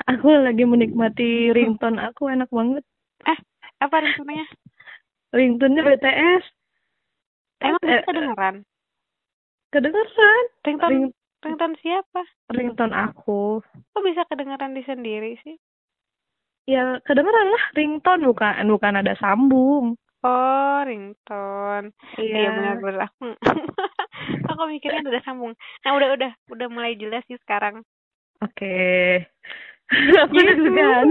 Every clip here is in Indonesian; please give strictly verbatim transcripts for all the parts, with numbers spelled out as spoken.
Aku lagi menikmati ringtone aku, enak banget. Eh, apa ringtone-nya? Ringtone-nya B T S. Emang Eh, bisa kedengeran? kedengeran. Ringtone, Ring ringtone siapa? ringtone aku. Kok bisa kedengeran di sendiri sih? Ya kedengeran lah, ringtone bukan bukan ada sambung. Oh, ringtone. Iya. Iya benar-benar aku. Aku mikirnya udah sambung. Nah, udah udah udah mulai jelas sih sekarang. Oke. Aku Gitu. deg-degan.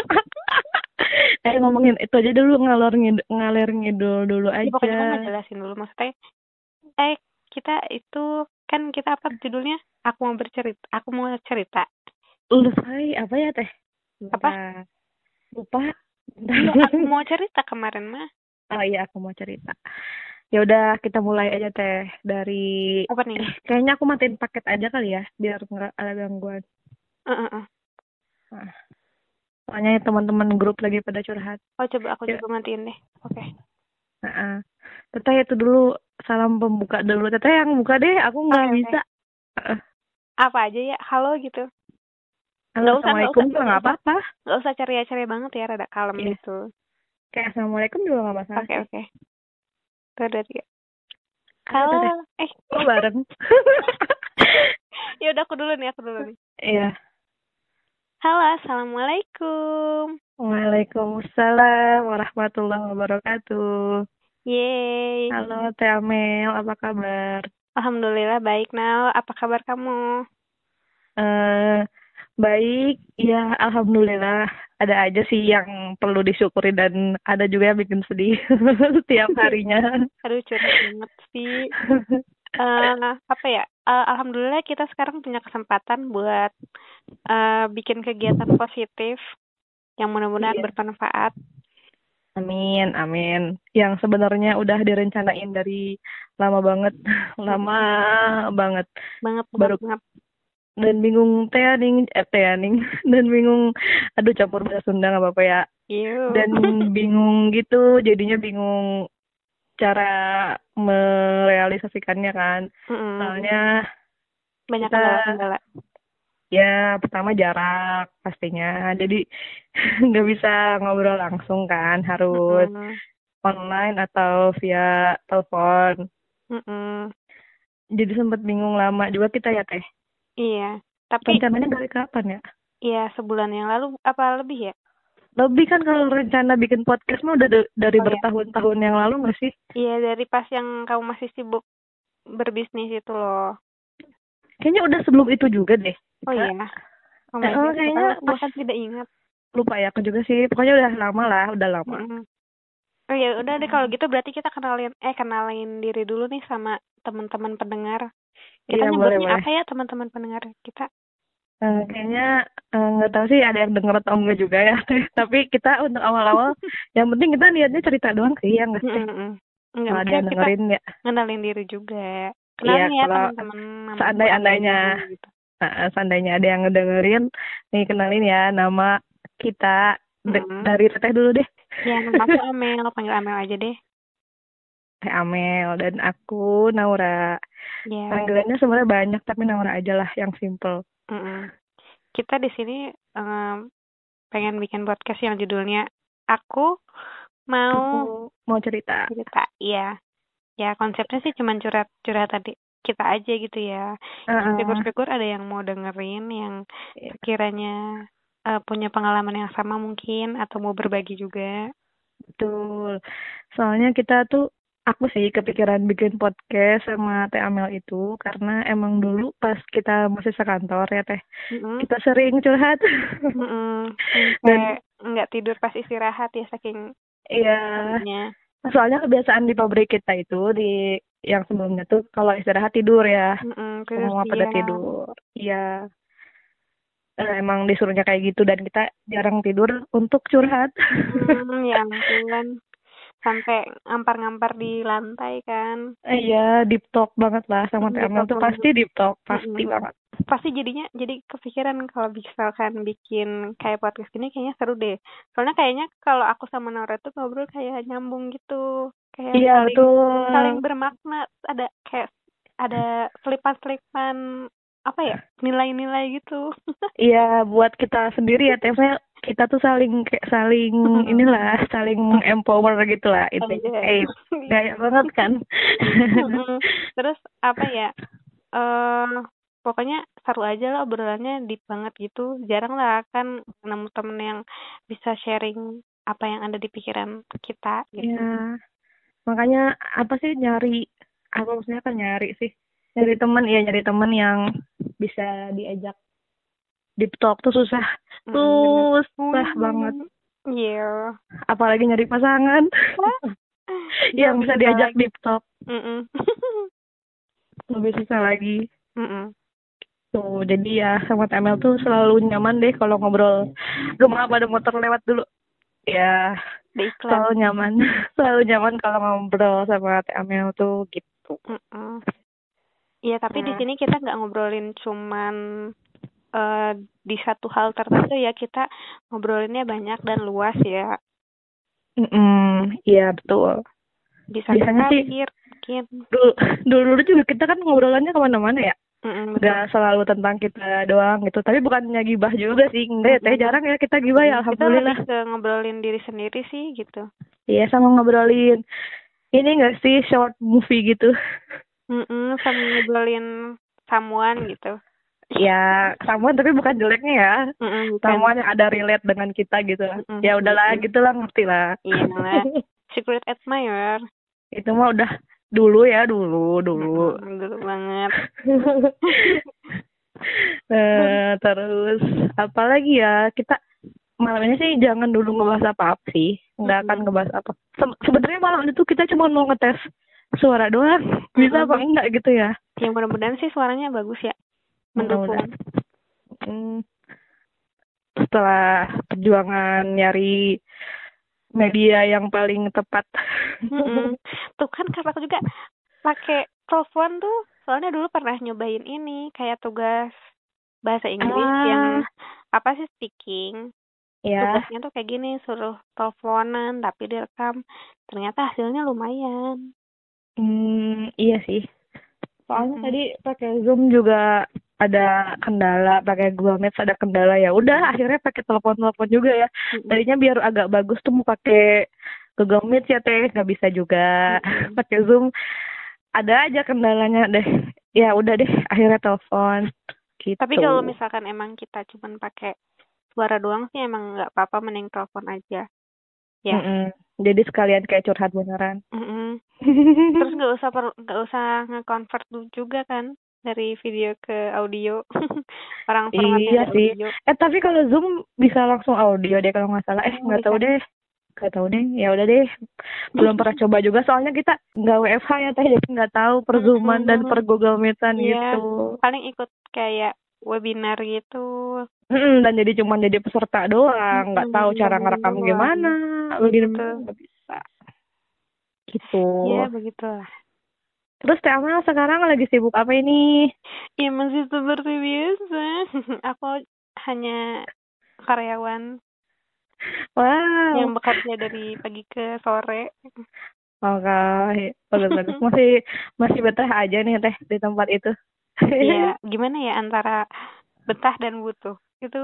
Eh ngomongin itu aja dulu, ngalor ngidul, ngalir ngidul dulu Ya pokoknya aja. kamu ngejelasin dulu maksudnya. Eh, kita itu kan kita apa judulnya? Aku mau bercerita. Aku mau cerita. Lupa apa ya teh? Apa? Bentar. Lupa. Iya, Bentar. aku mau cerita kemarin mah. Oh iya, aku mau cerita. Ya udah, kita mulai aja teh dari Apa nih? eh kayaknya aku matiin paket aja kali ya biar nggak ada gangguan. Eh, eh, eh. Nah, soalnya teman-teman grup lagi pada curhat. Oh, coba aku Ya, juga matiin deh. Oke. nah, teteh itu dulu salam pembuka dulu. Teteh yang buka deh, aku nggak Oke, oke. bisa. Heeh. Apa aja ya? Halo gitu. Halo, Nggak usah, nggak assalamualaikum usah, juga nggak nggak usah, apa-apa. nggak usah ceria-ceria banget ya, rada kalem Iya, gitu. kayak assalamualaikum juga nggak masalah Oke, sih. oke. Tuh dari. Ayo teteh, Halo. Eh. oh bareng. Ya udah aku dulu nih, aku dulu nih. Iya. Halo, assalamualaikum. Waalaikumsalam warahmatullahi wabarakatuh. Yeay. Halo Teh Amel, apa kabar? Alhamdulillah baik, Nal. Apa kabar kamu? Eh, baik, ya alhamdulillah. Ada aja sih yang perlu disyukuri dan ada juga yang bikin sedih setiap harinya. Aduh, curhat banget sih. Eh, apa ya? Eh, Alhamdulillah kita sekarang punya kesempatan buat eh, bikin kegiatan positif yang mudah-mudahan Iya. bermanfaat. Amin, amin. Yang sebenarnya udah direncanain dari lama banget, lama banget. Banget, banget, Baru banget. dan bingung teh ning, eh teh ning, dan bingung, aduh campur bahasa Sunda nggak apa-apa ya. Yuk. Dan bingung gitu, jadinya bingung cara merealisasikannya kan. Mm-mm. Soalnya Banyak kita kendala-kendala. ya pertama jarak pastinya. Jadi nggak bisa ngobrol langsung kan, harus Mm-mm. online atau via telepon. Mm-mm. Jadi sempat bingung lama juga kita ya teh. Iya, tapi Rencananya dari kapan ya? ya sebulan yang lalu apa lebih ya? Lebih kan kalau rencana bikin podcast mah udah de- dari Oh ya, bertahun-tahun yang lalu nggak sih? iya dari pas yang kamu masih sibuk berbisnis itu loh. Kayaknya udah sebelum itu juga deh. Oh Kita, iya, oh eh, my eh, god, kayaknya bahkan, pas bahkan tidak ingat. lupa ya aku juga sih. Pokoknya udah lama lah, udah lama. Mm-mm. Oh ya udah deh kalau gitu berarti kita kenalin eh kenalin diri dulu nih sama teman-teman pendengar. Kita Iya boleh nyebutnya boleh. apa ya teman-teman pendengar kita? Eh, kayaknya eh, nggak tahu sih ada yang denger atau enggak juga ya. Tapi kita untuk awal-awal, yang penting kita niatnya cerita doang sih ya nggak sih? Mm-mm. Enggak, Kalau dia maksudnya kita dengerin ya. ngenalin diri juga. Iya Kenalin ya kalau teman-teman, namaku seandai-andainya, Amelia gitu. eh, seandainya ada yang ngedengerin, nih kenalin ya nama kita De- Mm-mm. dari teteh dulu deh. Ya, namaku Amel, panggil Amel aja deh. Teh Amel dan aku Naura. Ya, Panggilannya sebenarnya banyak tapi Naura aja lah yang simple. mm-mm. Kita di sini em, pengen bikin podcast yang judulnya Aku Aku Mau mau cerita. Cerita. Iya, ya konsepnya sih cuman curhat-curhat tadi kita aja gitu ya. Heeh. Syukur-syukur ada yang mau dengerin, yang Iya, sekiranya eh, punya pengalaman yang sama mungkin atau mau berbagi juga. betul. Soalnya kita tuh, aku sih kepikiran bikin podcast sama Teh Amel itu karena emang dulu pas kita masih sekantor ya Teh, Mm-mm. kita sering curhat. Mm-mm. Sampai Dan nggak tidur pas istirahat ya saking iya, capeknya. soalnya kebiasaan di pabrik kita itu di yang sebelumnya tuh kalau istirahat tidur ya, Mm-mm. Tidur semua pada siang. tidur. Iya, eh, emang disuruhnya kayak gitu dan kita jarang tidur untuk curhat. Hmm, ya ampun. Sampai ngampar-ngampar di lantai kan. Eh, Iya, deep talk banget lah sama Mm, Teh Gitu Amel tuh pasti banget. deep talk, Mm-mm. pasti banget. Pasti jadinya jadi kepikiran kalau misalkan bikin kayak podcast gini kayaknya seru deh. Soalnya kayaknya kalau aku sama Nora tuh ngobrol kayak nyambung gitu. Kayak Iya, saling betul. saling bermakna. Ada kayak ada selipan-selipan apa ya, nilai-nilai gitu. Iya, buat kita sendiri ya, Teh. Kita tuh saling kayak saling inilah, saling empower gitu lah intinya. Eh, gaya banget kan. Terus apa ya? Eh pokoknya seru aja lah obrolannya, deep banget gitu. Jarang lah kan nemu temen yang bisa sharing apa yang ada di pikiran kita gitu. Iya. Makanya apa sih nyari, aku maksudnya kan nyari sih. Nyari temen, ya nyari temen yang bisa diajak deep talk tuh susah. Mm, Susah banget. Iya. Yeah. Apalagi nyari pasangan yang bisa diajak lagi. deep talk. Mm-mm. Lebih susah lagi. Mm-mm. Tuh, jadi ya sama T M L tuh selalu nyaman deh kalau ngobrol. Rumah pada motor lewat dulu. Ya, selalu nyaman. Selalu nyaman kalau ngobrol sama T M L tuh gitu. Iya, tapi nah. Di sini kita nggak ngobrolin cuman uh, di satu hal tertentu ya, kita ngobrolinnya banyak dan luas ya. Mm-mm, iya betul. Bisa biasanya sih mungkin. Dulu, dulu juga kita kan ngobrolannya kemana-mana ya. Mm-mm, Gak selalu tentang kita doang gitu. Tapi bukannya gibah juga sih. Enggak ya, Teh. Jarang ya kita gibah ya, alhamdulillah. Kita lebih ke ngobrolin diri sendiri sih gitu. Iya, sama ngobrolin ini gak sih, short movie gitu. Mm-mm, sama ngobrolin samuan gitu. Ya, samuan tapi bukan jeleknya ya. Samuan yang ada relate dengan kita gitu lah. Mm-mm. Ya udahlah, gitu lah, ngerti lah. Iya lah. Secret admirer. Itu mah udah dulu ya, dulu, dulu. Mm-mm, dulu banget. uh, terus apa lagi ya, kita malam ini sih jangan dulu ngebahas apa-apa sih, nggak mm-hmm. akan ngebahas apa. Se- sebenarnya malam itu kita cuma mau ngetes suara doang, bisa mm-hmm. apa enggak gitu ya. Ya mudah-mudahan sih suaranya bagus ya, mendukung. Hmm. Setelah perjuangan nyari media yang paling tepat. Mm-hmm. Tuh kan karena aku juga pakai telepon tuh, soalnya dulu pernah nyobain ini kayak tugas bahasa Inggris ah. yang apa sih speaking. Ya. Tugasnya tuh kayak gini, suruh teleponan tapi direkam. Ternyata hasilnya lumayan. Hmm, iya sih. Soalnya hmm. tadi pakai Zoom juga ada kendala, pakai Google Meet ada kendala, ya udah akhirnya pakai telepon-telepon juga ya. Hmm. Tadinya biar agak bagus tuh mau pakai Google Meet ya Teh, nggak bisa juga. Hmm. Pakai Zoom ada aja kendalanya deh. Ya udah deh akhirnya telepon. Gitu. Tapi kalau misalkan emang kita cuman pakai suara doang sih emang nggak apa-apa, mending telepon aja ya. Mm-mm. Jadi sekalian kayak curhat beneran. Terus nggak usah nggak usah nge-convert juga kan dari video ke audio. Orang iya sih audio. Eh tapi kalau Zoom bisa langsung audio deh kalau nggak salah. Eh nggak oh, tahu deh nggak tahu deh ya udah deh, belum pernah coba juga soalnya kita nggak W F H ya Teh, jadi nggak tahu per Zooman dan per Google Meetan yeah. gitu. Paling ikut kayak webinar gitu. Mm, dan jadi cuma jadi peserta doang, nggak mm, tahu cara ngerekam doang. Gimana, begitu nggak bisa. Gitu. Iya begitulah. Terus Teh Amel sekarang lagi sibuk apa ini? Ya masih seperti biasa. Aku hanya karyawan. Wow. Yang bekerja dari pagi ke sore. Oke, bagus-bagus. Masih masih betah aja nih Teh di tempat itu. Iya, gimana ya antara betah dan butuh itu.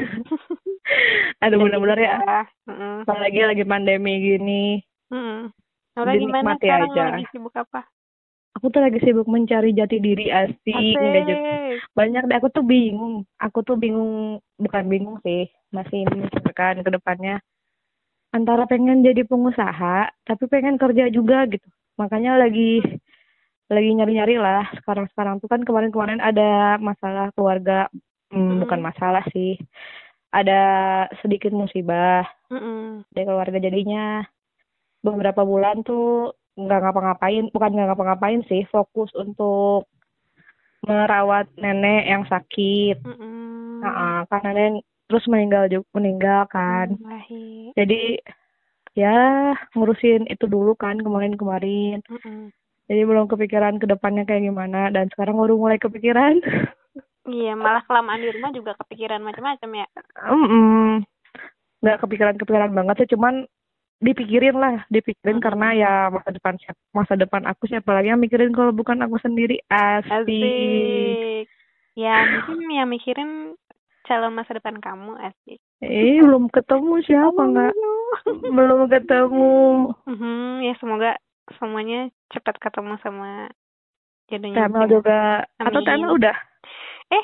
Aduh benar-benar ya. Mm-mm. Apalagi lagi pandemi gini. Mm-mm. Lagi gimana sekarang aja. Lagi sibuk apa? Aku tuh lagi sibuk mencari jati diri, asik. Enggak juga. Banyak deh, aku tuh bingung. Aku tuh bingung, bukan bingung sih, masih memikirkan ke depannya. Antara pengen jadi pengusaha, tapi pengen kerja juga gitu. Makanya lagi lagi nyari-nyari lah sekarang-sekarang tuh kan kemarin-kemarin ada masalah keluarga, hmm, mm-hmm. bukan masalah sih, ada sedikit musibah mm-hmm. di keluarga, jadinya beberapa bulan tuh nggak ngapa-ngapain, bukan nggak ngapa-ngapain sih, fokus untuk merawat nenek yang sakit, mm-hmm. nah, karena nenek terus meninggal juga meninggal kan, mm-hmm. jadi ya ngurusin itu dulu kan kemarin-kemarin. Mm-hmm. Jadi belum kepikiran ke depannya kayak gimana, dan sekarang baru mulai kepikiran. Iya, malah kelamaan di rumah juga kepikiran macam-macam ya. Mm nggak kepikiran-kepikiran banget sih, cuman dipikirin lah, dipikirin mm-hmm. karena ya masa depan masa depan aku siapa lagi yang mikirin kalau bukan aku sendiri. Asik. Asik. Ya mungkin ya mikirin calon masa depan kamu asik. Eh, belum ketemu siapa nggak? Belum ketemu. Mhm, ya semoga semuanya cepat ketemu sama jodohnya Temel masing-masing. juga. Atau Amin. Temel udah? Eh,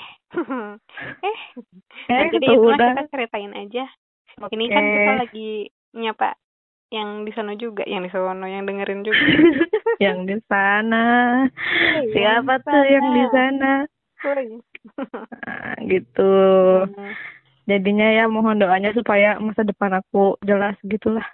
eh, Eh, nanti deh tuh itu mah udah. kita ceritain aja. Ini Oke. kan kita lagi nyapa yang di sana juga, yang di sono, yang dengerin juga. Yang di sana. Woi, yang Siapa di tuh yang sana. di sana? Woi. Nah, gitu. Hmm. Jadinya ya mohon doanya supaya masa depan aku jelas gitulah.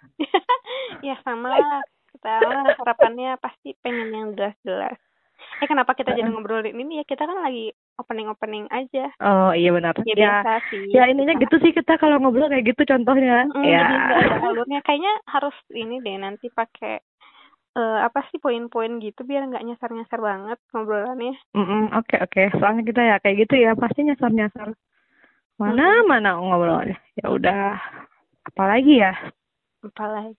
Ya sama lah. Kita lah harapannya pasti pengen yang jelas-jelas. Eh kenapa kita jadi ngobrolin ini ya? Kita kan lagi opening-opening aja. Oh iya benar. Ya, Ya, biasa sih. ya ininya Kita- gitu sih kita kalau ngobrol kayak gitu contohnya. Mm, ya. Jadi nggak ada alurnya. Kayaknya harus ini deh nanti pakai eh, apa sih poin-poin gitu biar nggak nyasar-nyasar banget ngobrolannya. Mm-mm, Oke oke. Soalnya kita ya kayak gitu ya pasti nyasar-nyasar. Mana Mm-mm. mana ngobrolnya. Ya udah. Apalagi ya? Apalagi.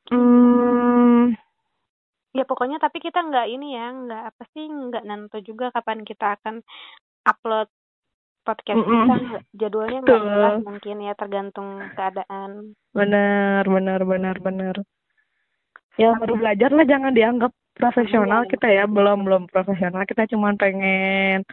Hmm, Ya pokoknya tapi kita nggak ini ya, nggak apa sih, nggak nentu juga kapan kita akan upload podcast mm-mm. kita. Nggak- Jadwalnya nggak Betul. jelas mungkin ya tergantung keadaan. Benar benar benar benar. Ya baru belajar lah jangan dianggap profesional Iya, kita ya belum belum profesional kita cuma pengen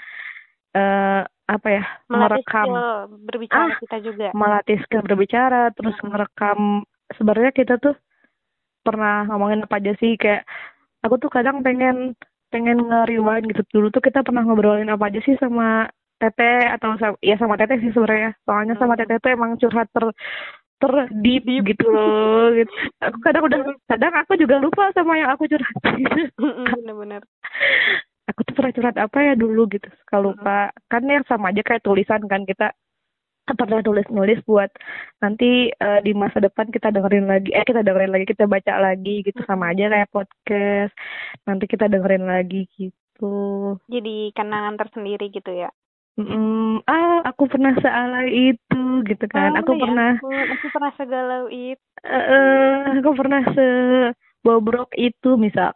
eh apa ya melatih merekam skill berbicara ah kita juga. melatih skill berbicara terus Mm-mm. merekam sebenarnya kita tuh pernah ngomongin apa aja sih kayak aku tuh kadang pengen pengen nge-rewind gitu dulu tuh kita pernah ngobrolin apa aja sih sama Tete atau sama, ya sama Tete sih sebenarnya soalnya sama Hmm. Tete tuh emang curhat ter ter deep, gitu loh gitu. Aku kadang udah kadang aku juga lupa sama yang aku curhat. Bener-bener. Aku tuh pernah curhat apa ya dulu gitu kalau lupa kan yang sama aja kayak tulisan kan kita pernah tulis-nulis buat nanti uh, di masa depan kita dengerin lagi eh kita dengerin lagi kita baca lagi gitu sama aja kayak podcast nanti kita dengerin lagi gitu Jadi kenangan tersendiri gitu ya. Mm, ah aku pernah sealai itu gitu kan Oh, aku ya pernah ampun, aku pernah segalau itu. uh, aku pernah se bobrok itu misal.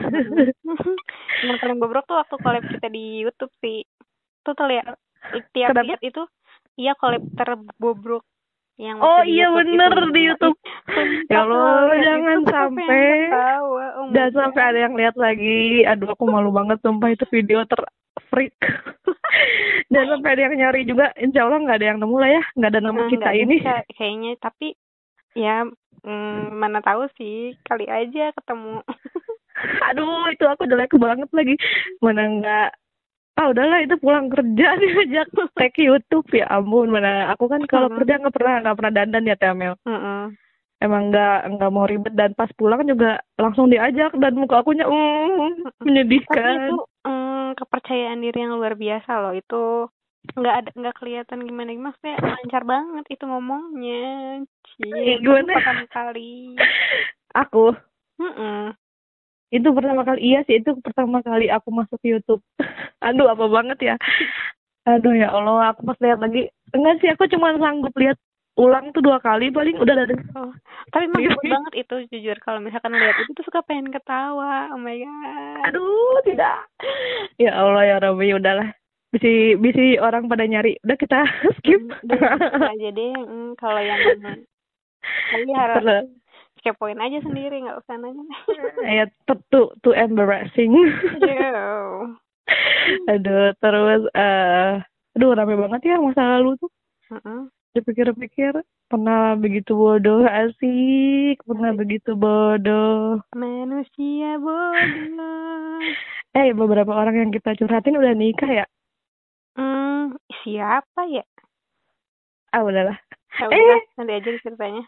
Yang paling bobrok tuh waktu collab kita di YouTube sih. Tuh tuh lihat tiap Kenapa? lihat itu iya collab terbobrok yang Oh waktu di iya YouTube bener itu. di YouTube. Sumpah Ya kalau Allah lihat jangan itu tuh sampai pengen ketawa. Oh my dan God. sampai ada yang lihat lagi. Aduh aku malu banget sumpah itu video ter freak. Dan sampai ada yang nyari juga. Insya Allah nggak ada yang nemu lah ya, nggak ada nama Nah, kita nggak ini. bisa kayaknya tapi ya mm, mana tahu sih kali aja ketemu. Aduh itu aku jelek banget lagi. Mana nggak ah udahlah itu pulang kerja diajak tag YouTube ya ampun mana aku kan kalau kerja nggak pernah nggak pernah dandan ya Temel. Mm-mm. Emang nggak nggak mau ribet dan pas pulang juga langsung diajak dan muka akunya um, menyedihkan. Tapi itu mm, kepercayaan diri yang luar biasa loh itu nggak ada nggak kelihatan gimana gimana maksudnya lancar banget itu ngomongnya cie Gimana? pertama kali Aku Mm-mm. itu pertama kali iya sih itu pertama kali aku masuk YouTube. Aduh apa banget ya. Aduh ya Allah aku pas lihat lagi enggak sih aku cuma sanggup lihat ulang tuh dua kali paling udah dari oh, tapi emang sebut banget itu jujur kalau misalkan lihat itu tuh suka pengen ketawa oh my god aduh tidak ya Allah ya Rabbi udahlah bisi bisi orang pada nyari udah kita skip udah skip aja deh mm, kalau yang tapi harus kepoin aja sendiri nggak usah nanya. Ya tuh tuh embarrassing. Yeah. Aduh terus uh, aduh rame banget ya masa lalu tuh. Uh-uh. Dipikir-pikir pernah begitu bodoh asik pernah asik. Begitu bodoh manusia bodoh. Eh beberapa orang yang kita curhatin udah nikah ya? Hmm siapa ya? Ah udahlah. Ah, udahlah, eh nanti aja ceritanya.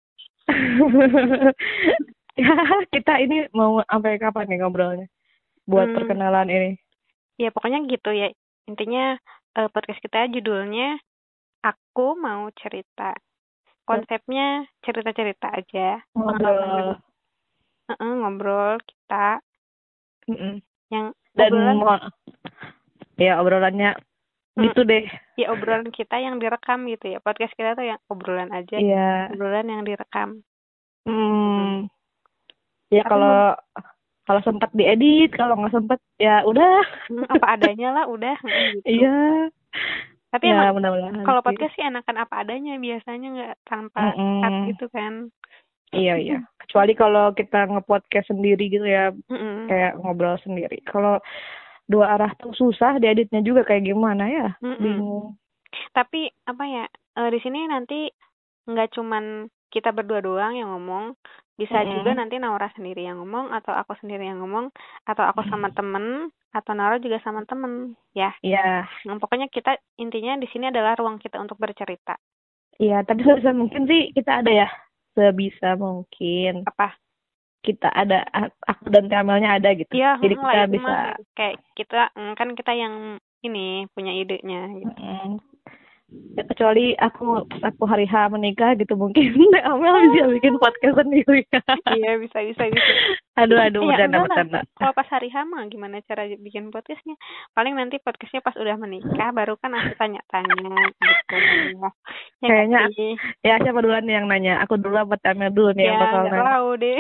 Ya kita ini mau sampai kapan nih ngobrolnya buat hmm. perkenalan ini? Ya pokoknya gitu ya intinya uh, podcast kita judulnya aku mau cerita konsepnya cerita-cerita aja ngobrol uh-uh, ngobrol kita Mm-mm. yang dan obrolan mau ya obrolannya gitu deh ya obrolan kita yang direkam gitu ya podcast kita tuh yang obrolan aja yeah. obrolan yang direkam. Hmm. Ya kalau kalau sempat diedit, kalau nggak sempat ya udah. Hmm, apa adanya lah udah. Gitu. Iya. Tapi Ya, emang mudah-mudahan kalau sih. podcast sih enakan apa adanya biasanya, nggak tanpa Mm-mm. cut gitu kan. Iya, iya. Kecuali kalau kita nge-podcast sendiri gitu ya, Mm-mm. kayak ngobrol sendiri. Kalau dua arah tuh susah dieditnya juga kayak gimana ya, Mm-mm. bingung. Tapi apa ya, eh, di sini nanti nggak cuman kita berdua doang yang ngomong, bisa juga Mm-mm. nanti Naura sendiri yang ngomong, atau aku sendiri yang ngomong, atau aku sama temen, atau Naura juga sama temen, ya. Iya, Nah, pokoknya kita intinya di sini adalah ruang kita untuk bercerita. iya. Tapi sebisa mungkin sih kita ada ya, sebisa mungkin Apa? kita ada, aku dan Kamelnya ada gitu. Iya, Jadi mm, lah kita itu bisa. mah kayak kita mm, kan kita yang ini punya idenya gitu. Mm-mm. Ya, kecuali aku pas aku hari H menikah gitu mungkin Amel bisa bikin podcast sendiri. Iya, bisa bisa bisa. Aduh, aduh, Ya bercanda, enggak lah. bercanda. Kalau pas hari H mah gimana cara bikin podcastnya? Paling nanti podcastnya pas udah menikah baru kan aku tanya-tanya gitu. Ya nggak Kayaknya sih? ya siapa duluan nih yang nanya? Aku dulu apa Amel dulu nih yang Ya bakal nggak nanya? tahu deh.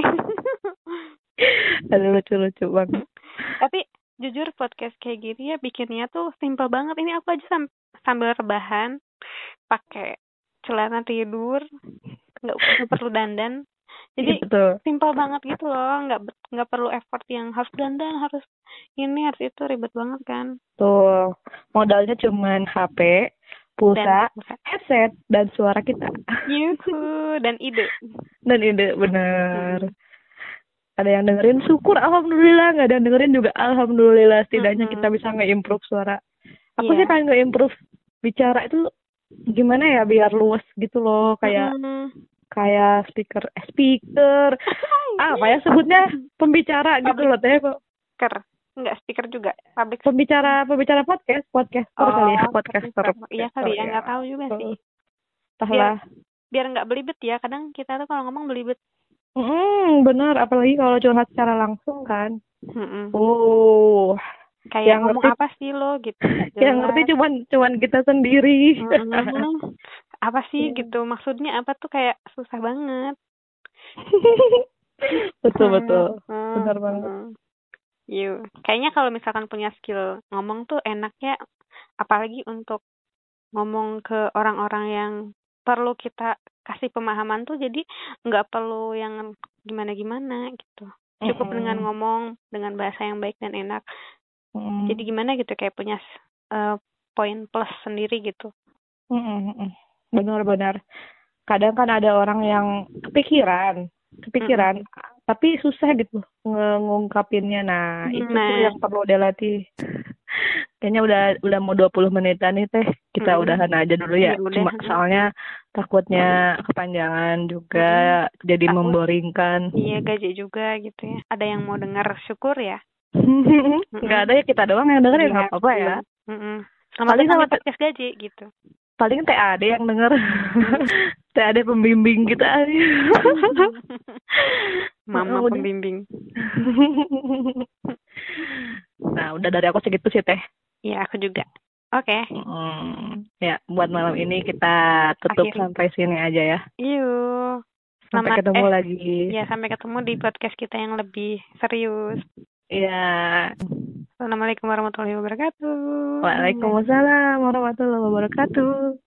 Aduh, lucu-lucu banget. Tapi jujur podcast kayak gini ya bikinnya tuh simple banget. Ini aku aja sam- sambil rebahan pakai celana tidur, nggak nggak perlu dandan. Jadi Gitu. simple banget gitu loh, nggak nggak perlu effort yang harus dandan, harus ini harus itu, ribet banget kan. Tuh, modalnya cuman H P, pulsa, Dan headset, dan suara kita. yuhu, dan ide. Dan ide, bener. Mm-mm. Ada yang dengerin, syukur alhamdulillah. Nggak ada yang dengerin juga alhamdulillah. Setidaknya Mm-mm. kita bisa nge-improve suara. Aku Iya. sih pengen nge-improve bicara itu gimana ya biar luas gitu loh. Kayak Mm-mm. kayak speaker, eh, speaker. Ah, apa ya sebutnya? Pembicara gitu loh teh. Speaker. Enggak, speaker juga. Public Pembicara, pembicara podcast, podcaster oh, kali ya, podcaster. Iya kali ya, nggak tahu juga Oh, sih. entahlah. Biar nggak belibet ya, kadang kita tuh kalau ngomong belibet. Hmm, benar, apalagi kalau curhat secara langsung kan. Mm-mm. Oh, Kayak yang ngomong ngerti, apa sih lo gitu. yang ngerti cuman cuman kita sendiri. Mm-mm. Apa sih Ya. gitu, maksudnya apa tuh kayak susah banget. Betul, betul. Hmm. Benar banget. Hmm. Yuk, kayaknya kalau misalkan punya skill ngomong tuh enaknya, apalagi untuk ngomong ke orang-orang yang perlu kita kasih pemahaman tuh, jadi nggak perlu yang gimana-gimana gitu. Cukup Mm-mm. dengan ngomong dengan bahasa yang baik dan enak. Mm-mm. Jadi gimana gitu, kayak punya uh, poin plus sendiri gitu. Mm-mm. Benar-benar. Kadang kan ada orang yang kepikiran, kepikiran, Mm-mm. tapi susah gitu nge- ngungkapinnya. Nah, itu Nah. tuh yang perlu dilatih. Kayaknya udah udah mau dua puluh menitan nih teh. Kita Mm-mm. udahan aja dulu ya. Ya udah. Cuma soalnya takutnya kepanjangan juga, Mm-mm. jadi Takut. memboringkan. Iya, gaji juga gitu ya. Ada yang mau dengar, syukur ya. Nggak ada ya, kita doang yang dengerin, nggak Iya, apa-apa ya. iya. Mm-mm. Selamat Paling datang sama di podcast gaji gitu. paling T A D yang denger. T A D pembimbing kita. Mama Udah. pembimbing. Nah, udah dari aku segitu sih teh. Iya, aku juga. Oke. Okay. Hmm, ya, buat malam ini kita tutup Akhiri. sampai sini aja ya. Yuk. Sampai Selamat, ketemu eh, lagi. Ya, sampai ketemu di podcast kita yang lebih serius. Iya. Assalamualaikum warahmatullahi wabarakatuh. Waalaikumsalam warahmatullahi wabarakatuh.